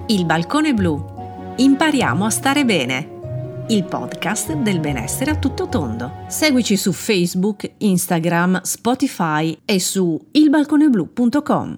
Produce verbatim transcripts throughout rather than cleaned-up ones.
Il balcone blu. Impariamo a stare bene. Il podcast del benessere a tutto tondo. Seguici su Facebook, Instagram, Spotify e su il balcone blu punto com.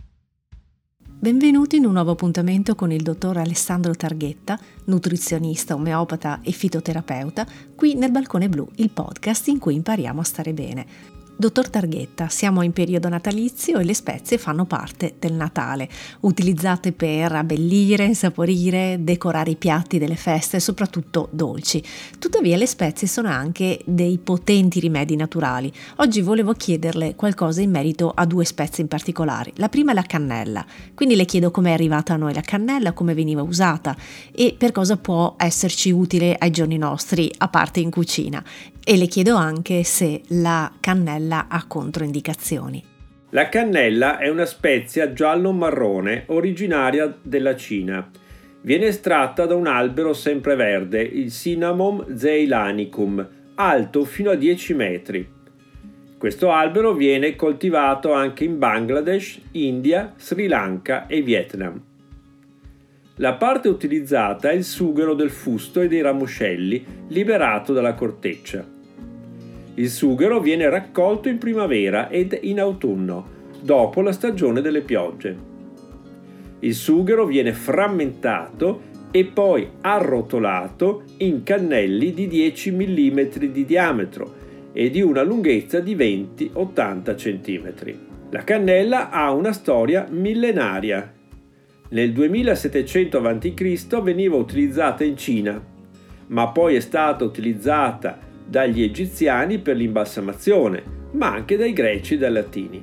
Benvenuti in un nuovo appuntamento con il dottor Alessandro Targhetta, nutrizionista, omeopata e fitoterapeuta, qui nel Balcone Blu, il podcast in cui impariamo a stare bene. Dottor Targhetta, siamo in periodo natalizio e le spezie fanno parte del Natale, utilizzate per abbellire, insaporire, decorare i piatti delle feste, soprattutto dolci. Tuttavia le spezie sono anche dei potenti rimedi naturali. Oggi volevo chiederle qualcosa in merito a due spezie in particolare. La prima è la cannella, quindi le chiedo come è arrivata a noi la cannella, come veniva usata e per cosa può esserci utile ai giorni nostri, a parte in cucina. E le chiedo anche se la cannella ha controindicazioni. La cannella è una spezia giallo-marrone originaria della Cina. Viene estratta da un albero sempreverde, il Cinnamomum zeylanicum, alto fino a dieci metri. Questo albero viene coltivato anche in Bangladesh, India, Sri Lanka e Vietnam. La parte utilizzata è il sughero del fusto e dei ramoscelli liberato dalla corteccia. Il sughero viene raccolto in primavera ed in autunno, dopo la stagione delle piogge. Il sughero viene frammentato e poi arrotolato in cannelli di dieci millimetri di diametro e di una lunghezza di venti ottanta centimetri. La cannella ha una storia millenaria. Nel duemilasettecento avanti Cristo veniva utilizzata in Cina, ma poi è stata utilizzata dagli egiziani per l'imbalsamazione, ma anche dai greci e dai latini.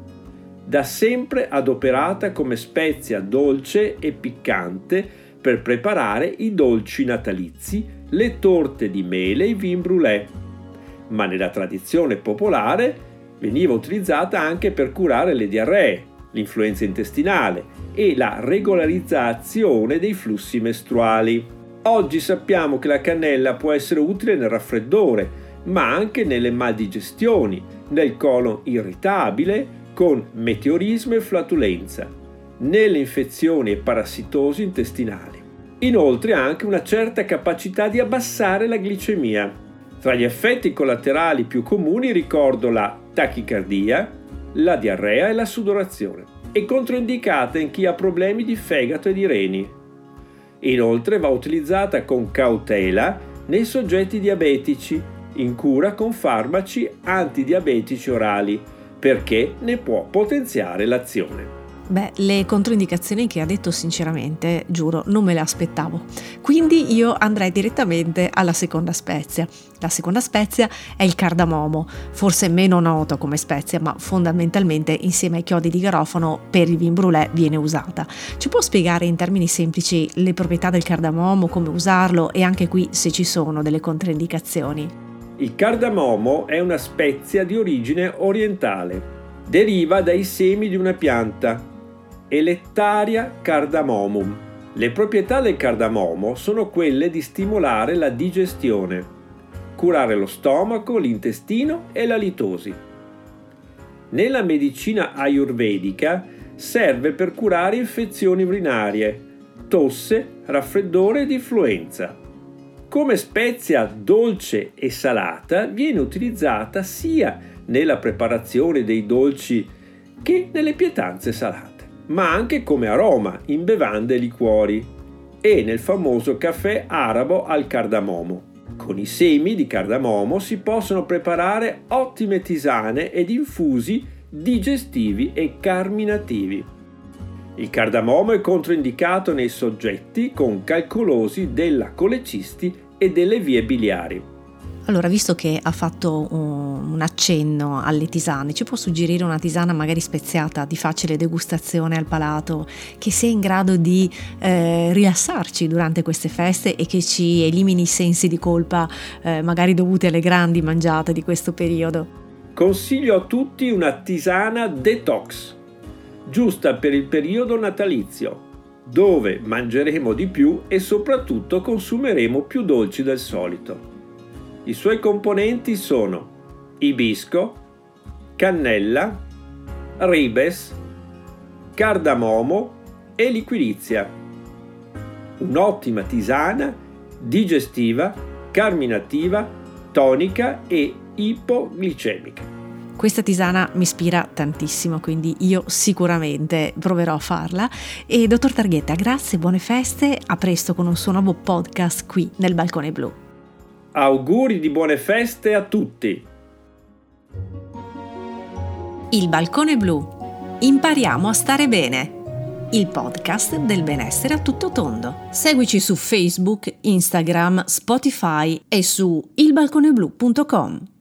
Da sempre adoperata come spezia dolce e piccante per preparare i dolci natalizi, le torte di mele e i vin brûlés, ma nella tradizione popolare veniva utilizzata anche per curare le diarree, l'influenza intestinale e la regolarizzazione dei flussi mestruali. Oggi sappiamo che la cannella può essere utile nel raffreddore, ma anche nelle maldigestioni, nel colon irritabile con meteorismo e flatulenza, nelle infezioni e parassitosi intestinali. Inoltre ha anche una certa capacità di abbassare la glicemia. Tra gli effetti collaterali più comuni ricordo la tachicardia, la diarrea e la sudorazione. È controindicata in chi ha problemi di fegato e di reni. Inoltre va utilizzata con cautela nei soggetti diabetici, in cura con farmaci antidiabetici orali, perché ne può potenziare l'azione. Beh, le controindicazioni che ha detto sinceramente, giuro, non me le aspettavo. Quindi io andrei direttamente alla seconda spezia. La seconda spezia è il cardamomo, forse meno noto come spezia, ma fondamentalmente insieme ai chiodi di garofano per il vin brûlés viene usata. Ci può spiegare in termini semplici le proprietà del cardamomo, come usarlo e anche qui se ci sono delle controindicazioni? Il cardamomo è una spezia di origine orientale. Deriva dai semi di una pianta, Electaria cardamomum. Le proprietà del cardamomo sono quelle di stimolare la digestione, curare lo stomaco, l'intestino e la litosi. Nella medicina ayurvedica serve per curare infezioni urinarie, tosse, raffreddore ed influenza. Come spezia dolce e salata viene utilizzata sia nella preparazione dei dolci che nelle pietanze salate, ma anche come aroma in bevande e liquori e nel famoso caffè arabo al cardamomo. Con i semi di cardamomo si possono preparare ottime tisane ed infusi digestivi e carminativi. Il cardamomo è controindicato nei soggetti con calcolosi della colecisti e delle vie biliari. Allora, visto che ha fatto un accenno alle tisane, ci può suggerire una tisana magari speziata, di facile degustazione al palato, che sia in grado di eh, rilassarci durante queste feste e che ci elimini i sensi di colpa eh, magari dovuti alle grandi mangiate di questo periodo? Consiglio a tutti una tisana detox, giusta per il periodo natalizio, dove mangeremo di più e soprattutto consumeremo più dolci del solito. I suoi componenti sono ibisco, cannella, ribes, cardamomo e liquirizia. un'ottima tisana digestiva, carminativa, tonica e ipoglicemica. Questa tisana mi ispira tantissimo, quindi io sicuramente proverò a farla. E dottor Targhetta, grazie, buone feste, a presto con un suo nuovo podcast qui nel Balcone Blu. Auguri di buone feste a tutti! Il Balcone Blu. Impariamo a stare bene. Il podcast del benessere a tutto tondo. Seguici su Facebook, Instagram, Spotify e su il balcone blu punto com.